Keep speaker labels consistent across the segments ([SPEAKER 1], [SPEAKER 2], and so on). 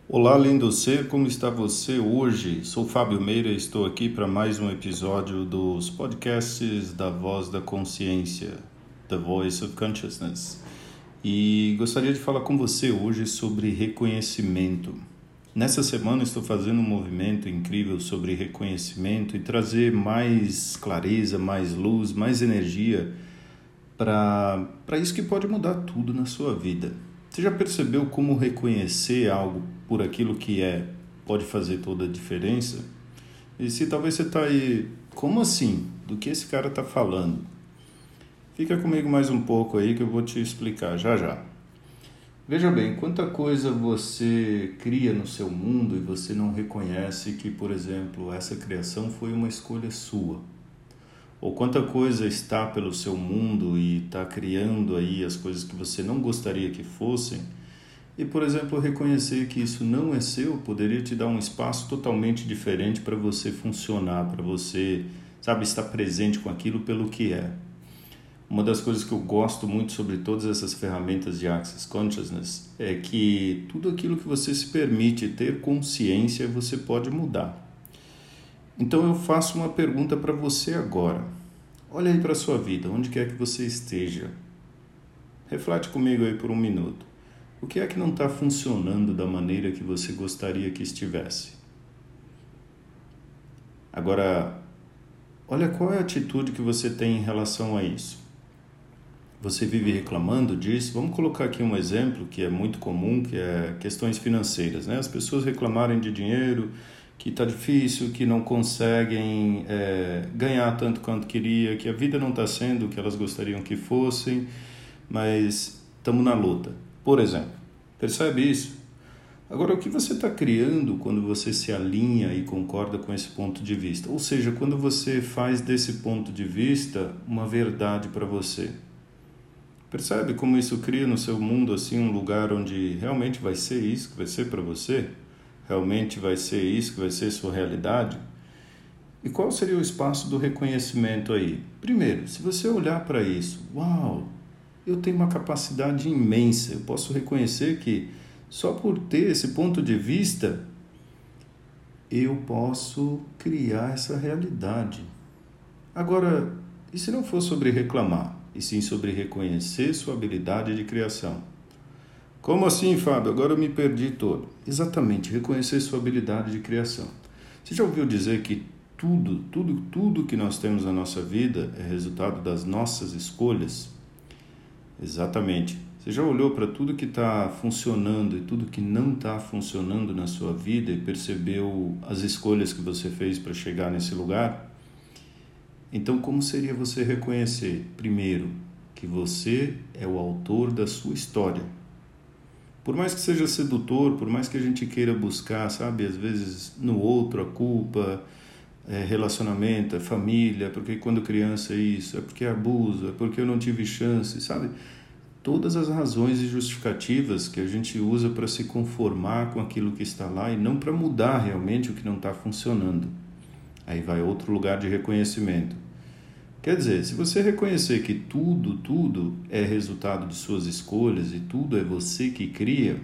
[SPEAKER 1] Olá, lindo ser, como está você hoje? Sou Fábio Meira e estou aqui para mais um episódio dos podcasts da Voz da Consciência, The Voice of Consciousness. E gostaria de falar com você hoje sobre reconhecimento. Nessa semana estou fazendo um movimento incrível sobre reconhecimento e trazer mais clareza, mais luz, mais energia para isso que pode mudar tudo na sua vida. Você já percebeu como reconhecer algo por aquilo que é pode fazer toda a diferença? E se talvez você está aí, como assim? Do que esse cara está falando? Fica comigo mais um pouco aí que eu vou te explicar já já. Veja bem, quanta coisa você cria no seu mundo e você não reconhece que, por exemplo, essa criação foi uma escolha sua. Ou quanta coisa está pelo seu mundo e está criando aí as coisas que você não gostaria que fossem. E, por exemplo, reconhecer que isso não é seu poderia te dar um espaço totalmente diferente para você funcionar, para você, estar presente com aquilo pelo que é. Uma das coisas que eu gosto muito sobre todas essas ferramentas de Access Consciousness é que tudo aquilo que você se permite ter consciência, você pode mudar. Então eu faço uma pergunta para você agora. Olha aí para a sua vida, onde quer que você esteja. Reflete comigo aí por um minuto. O que é que não está funcionando da maneira que você gostaria que estivesse? Agora, olha qual é a atitude que você tem em relação a isso. Você vive reclamando disso? Vamos colocar aqui um exemplo que é muito comum, que é questões financeiras, né? As pessoas reclamarem de dinheiro, que está difícil, que não conseguem ganhar tanto quanto queria, que a vida não está sendo o que elas gostariam que fossem, mas estamos na luta. Por exemplo, percebe isso? Agora, o que você está criando quando você se alinha e concorda com esse ponto de vista? Ou seja, quando você faz desse ponto de vista uma verdade para você. Percebe como isso cria no seu mundo assim um lugar onde realmente vai ser isso que vai ser para você? Realmente vai ser isso que vai ser sua realidade? E qual seria o espaço do reconhecimento aí? Primeiro, se você olhar para isso, uau, eu tenho uma capacidade imensa, eu posso reconhecer que só por ter esse ponto de vista, eu posso criar essa realidade. Agora, e se não for sobre reclamar, e sim sobre reconhecer sua habilidade de criação? Como assim, Fábio? Agora eu me perdi todo. Exatamente, reconhecer sua habilidade de criação. Você já ouviu dizer que tudo que nós temos na nossa vida é resultado das nossas escolhas? Exatamente. Você já olhou para tudo que está funcionando e tudo que não está funcionando na sua vida e percebeu as escolhas que você fez para chegar nesse lugar? Então, como seria você reconhecer, primeiro, que você é o autor da sua história? Por mais que seja sedutor, por mais que a gente queira buscar, às vezes no outro a culpa, relacionamento, família, porque quando criança é isso, é porque é abuso, é porque eu não tive chance, Todas as razões e justificativas que a gente usa para se conformar com aquilo que está lá e não para mudar realmente o que não está funcionando. Aí vai outro lugar de reconhecimento. Quer dizer, se você reconhecer que tudo é resultado de suas escolhas e tudo é você que cria,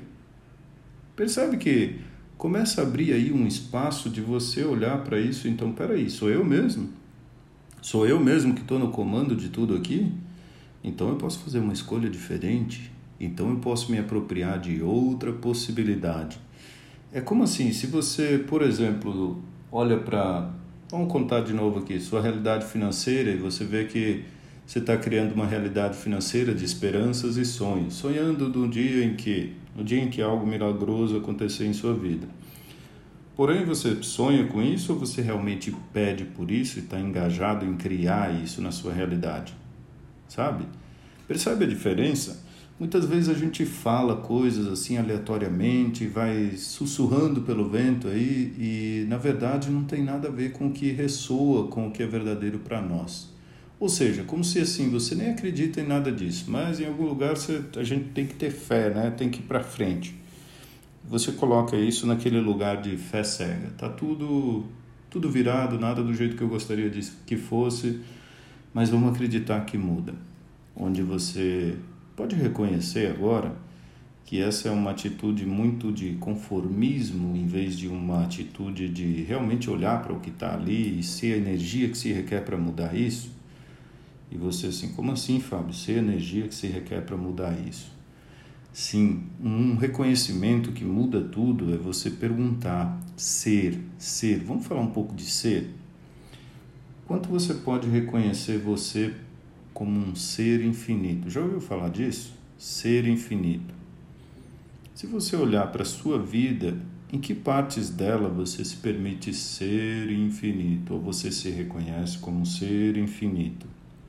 [SPEAKER 1] percebe que começa a abrir aí um espaço de você olhar para isso. Então, peraí, sou eu mesmo? Sou eu mesmo que estou no comando de tudo aqui? Então eu posso fazer uma escolha diferente? Então eu posso me apropriar de outra possibilidade. É como assim, se você, por exemplo, olha para... Vamos contar de novo aqui, sua realidade financeira, e você vê que você está criando uma realidade financeira de esperanças e sonhos, sonhando no dia em que algo milagroso acontecer em sua vida. Porém, você sonha com isso ou você realmente pede por isso e está engajado em criar isso na sua realidade? Sabe? Percebe a diferença? Muitas vezes a gente fala coisas assim aleatoriamente, vai sussurrando pelo vento aí e na verdade não tem nada a ver com o que ressoa, com o que é verdadeiro para nós. Ou seja, como se assim, você nem acredita em nada disso, mas em algum lugar a gente tem que ter fé, né? Tem que ir para frente. Você coloca isso naquele lugar de fé cega. Tá tudo virado, nada do jeito que eu gostaria que fosse, mas vamos acreditar que muda. Onde você pode reconhecer agora que essa é uma atitude muito de conformismo, em vez de uma atitude de realmente olhar para o que está ali e ser a energia que se requer para mudar isso? E você assim, como assim, Fábio? Ser a energia que se requer para mudar isso? Sim, um reconhecimento que muda tudo é você perguntar, ser. Vamos falar um pouco de ser? Quanto você pode reconhecer você como um ser infinito? Já ouviu falar disso? Ser infinito. Se você olhar para a sua vida, em que partes dela você se permite ser infinito? Ou você se reconhece como um ser infinito?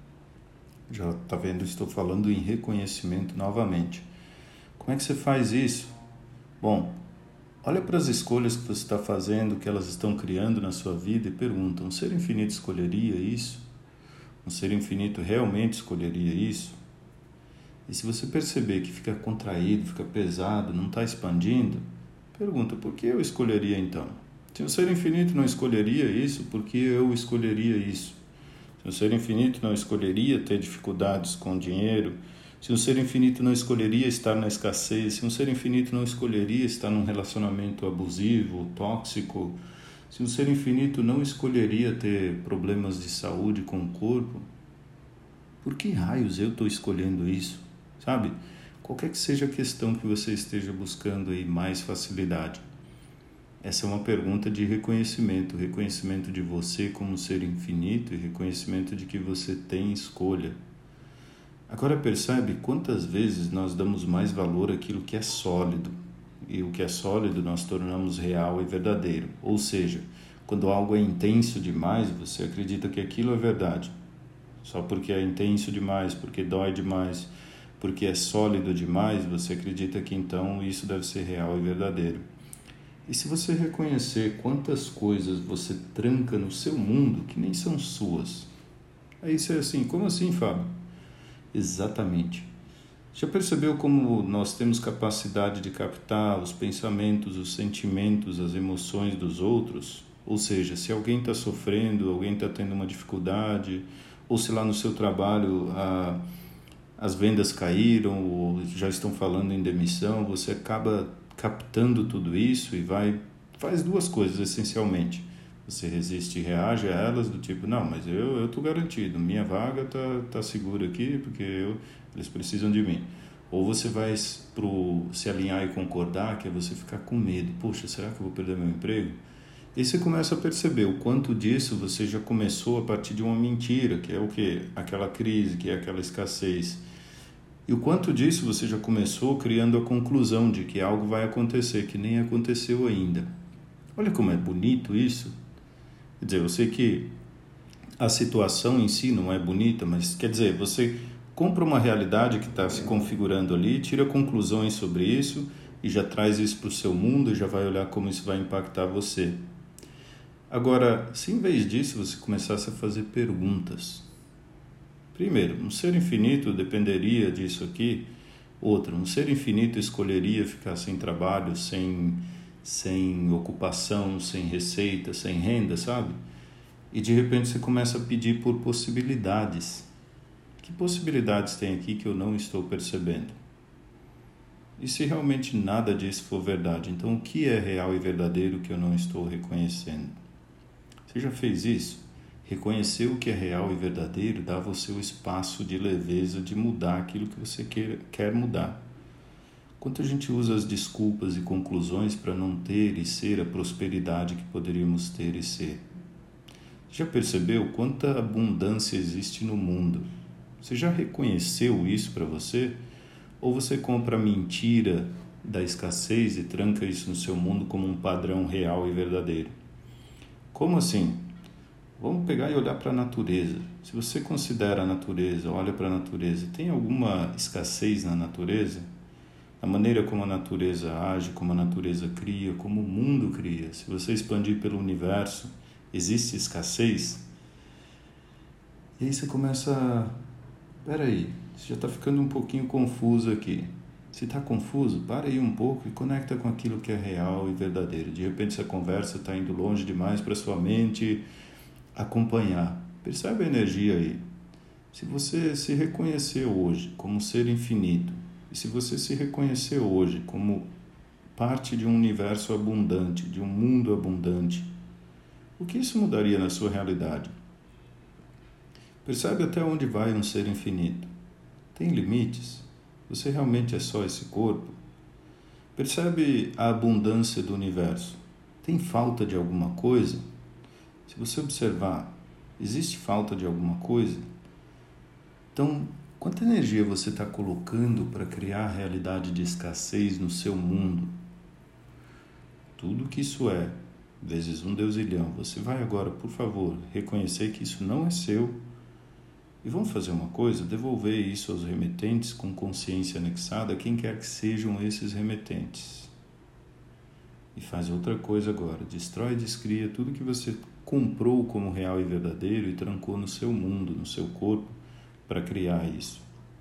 [SPEAKER 1] Já está vendo, estou falando em reconhecimento novamente. Como é que você faz isso? Bom, olha para as escolhas que você está fazendo, que elas estão criando na sua vida e pergunta, um ser infinito escolheria isso? Um ser infinito realmente escolheria isso? E se você perceber que fica contraído, fica pesado, não está expandindo, pergunta, por que eu escolheria então? Se um ser infinito não escolheria isso, por que eu escolheria isso? Se um ser infinito não escolheria ter dificuldades com dinheiro, se um ser infinito não escolheria estar na escassez, se um ser infinito não escolheria estar num relacionamento abusivo, tóxico, se um ser infinito não escolheria ter problemas de saúde com o corpo, por que raios eu estou escolhendo isso? Sabe? Qualquer que seja a questão que você esteja buscando aí mais facilidade. Essa é uma pergunta de reconhecimento de você como ser infinito e reconhecimento de que você tem escolha. Agora percebe quantas vezes nós damos mais valor àquilo que é sólido, e o que é sólido nós tornamos real e verdadeiro. Ou seja, quando algo é intenso demais, você acredita que aquilo é verdade. Só porque é intenso demais, porque dói demais, porque é sólido demais, você acredita que então isso deve ser real e verdadeiro. E se você reconhecer quantas coisas você tranca no seu mundo que nem são suas, aí você é assim, como assim, Fábio? Exatamente. Já percebeu como nós temos capacidade de captar os pensamentos, os sentimentos, as emoções dos outros? Ou seja, se alguém está sofrendo, alguém está tendo uma dificuldade, ou se lá no seu trabalho as vendas caíram ou já estão falando em demissão, você acaba captando tudo isso e faz duas coisas essencialmente. Você resiste e reage a elas do tipo, não, mas eu estou garantido, minha vaga tá segura aqui porque eles precisam de mim. Ou você vai se alinhar e concordar, que é você ficar com medo. Poxa, será que eu vou perder meu emprego? E você começa a perceber o quanto disso você já começou a partir de uma mentira, que é o quê? Aquela crise, que é aquela escassez. E o quanto disso você já começou criando a conclusão de que algo vai acontecer, que nem aconteceu ainda. Olha como é bonito isso. Quer dizer, eu sei que a situação em si não é bonita, mas quer dizer, você compra uma realidade que está se configurando ali, tira conclusões sobre isso e já traz isso para o seu mundo e já vai olhar como isso vai impactar você. Agora, se em vez disso você começasse a fazer perguntas. Primeiro, um ser infinito dependeria disso aqui. Outro, um ser infinito escolheria ficar sem trabalho, sem ocupação, sem receita, sem renda, sabe? E de repente você começa a pedir por possibilidades. Que possibilidades tem aqui que eu não estou percebendo? E se realmente nada disso for verdade, então o que é real e verdadeiro que eu não estou reconhecendo? Você já fez isso? Reconhecer o que é real e verdadeiro dá a você o espaço de leveza de mudar aquilo que você quer mudar. Quanto a gente usa as desculpas e conclusões para não ter e ser a prosperidade que poderíamos ter e ser? Já percebeu quanta abundância existe no mundo? Você já reconheceu isso para você? Ou você compra a mentira da escassez e tranca isso no seu mundo como um padrão real e verdadeiro? Como assim? Vamos pegar e olhar para a natureza. Se você considera a natureza, olha para a natureza, tem alguma escassez na natureza? A maneira como a natureza age, como a natureza cria, como o mundo cria. Se você expandir pelo universo, existe escassez? E aí você começa Peraí, você já está ficando um pouquinho confuso aqui. Se está confuso, para aí um pouco e conecta com aquilo que é real e verdadeiro. De repente essa conversa está indo longe demais para sua mente acompanhar. Percebe a energia aí. Se você se reconhecer hoje como um ser infinito, E se você se reconhecer hoje como parte de um universo abundante, de um mundo abundante, o que isso mudaria na sua realidade? Percebe até onde vai um ser infinito? Tem limites? Você realmente é só esse corpo? Percebe a abundância do universo? Tem falta de alguma coisa? Se você observar, existe falta de alguma coisa? Então, quanta energia você está colocando para criar a realidade de escassez no seu mundo? Tudo que isso é, vezes 1 deusilhão. Você vai agora, por favor, reconhecer que isso não é seu e vamos fazer uma coisa, devolver isso aos remetentes com consciência anexada, quem quer que sejam esses remetentes. E faz outra coisa agora, destrói e descria tudo que você comprou como real e verdadeiro e trancou no seu mundo, no seu corpo, para criar isso.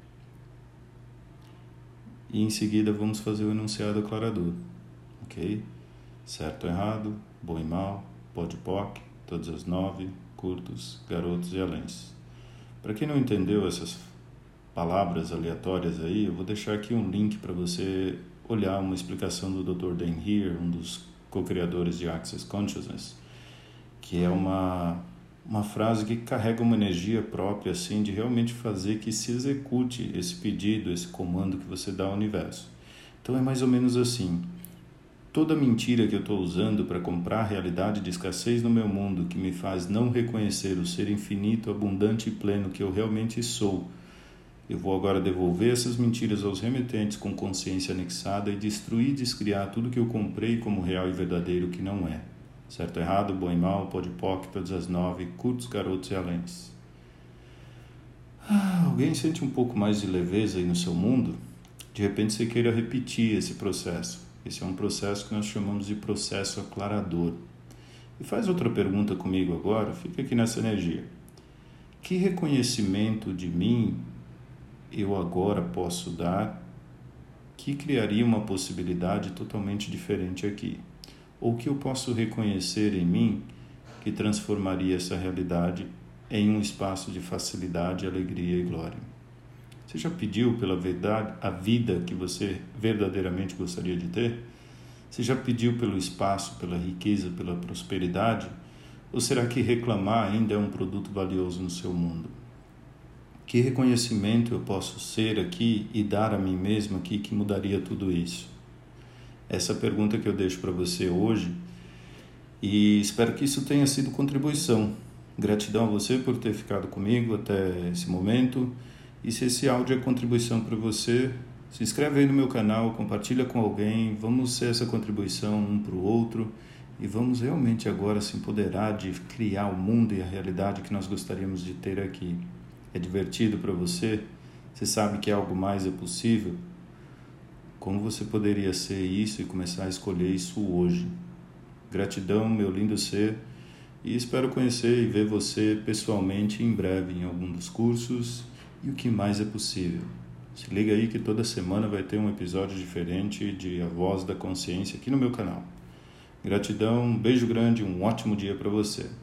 [SPEAKER 1] E em seguida vamos fazer o enunciado aclarador, ok? Certo ou errado, bom e mal, pode poc, todas as 9, curtos, garotos e aléns. Para quem não entendeu essas palavras aleatórias aí, eu vou deixar aqui um link para você olhar uma explicação do Dr. Dan Heer, um dos co-criadores de Access Consciousness, que é uma frase que carrega uma energia própria assim de realmente fazer que se execute esse pedido, esse comando que você dá ao universo. Então é mais ou menos assim: toda mentira que eu estou usando para comprar a realidade de escassez no meu mundo, que me faz não reconhecer o ser infinito, abundante e pleno que eu realmente sou, eu vou agora devolver essas mentiras aos remetentes com consciência anexada e destruir e descriar tudo que eu comprei como real e verdadeiro que não é. Certo, errado, bom e mal, pode poc, todas as 9, curtos, garotos e aléns. Alguém sente um pouco mais de leveza aí no seu mundo? De repente você queira repetir esse processo. Esse é um processo que nós chamamos de processo aclarador. E faz outra pergunta comigo agora, fica aqui nessa energia. Que reconhecimento de mim eu agora posso dar que criaria uma possibilidade totalmente diferente aqui? Ou que eu posso reconhecer em mim que transformaria essa realidade em um espaço de facilidade, alegria e glória? Você já pediu pela verdade a vida que você verdadeiramente gostaria de ter? Você já pediu pelo espaço, pela riqueza, pela prosperidade? Ou será que reclamar ainda é um produto valioso no seu mundo? Que reconhecimento eu posso ser aqui e dar a mim mesmo aqui que mudaria tudo isso? Essa pergunta que eu deixo para você hoje, e espero que isso tenha sido contribuição. Gratidão a você por ter ficado comigo até esse momento. E se esse áudio é contribuição para você, se inscreve aí no meu canal, compartilha com alguém, vamos ser essa contribuição um para o outro e vamos realmente agora se empoderar de criar o mundo e a realidade que nós gostaríamos de ter aqui. É divertido para você? Você sabe que algo mais é possível? Como você poderia ser isso e começar a escolher isso hoje? Gratidão, meu lindo ser, e espero conhecer e ver você pessoalmente em breve em algum dos cursos e o que mais é possível. Se liga aí que toda semana vai ter um episódio diferente de A Voz da Consciência aqui no meu canal. Gratidão, um beijo grande, um ótimo dia para você.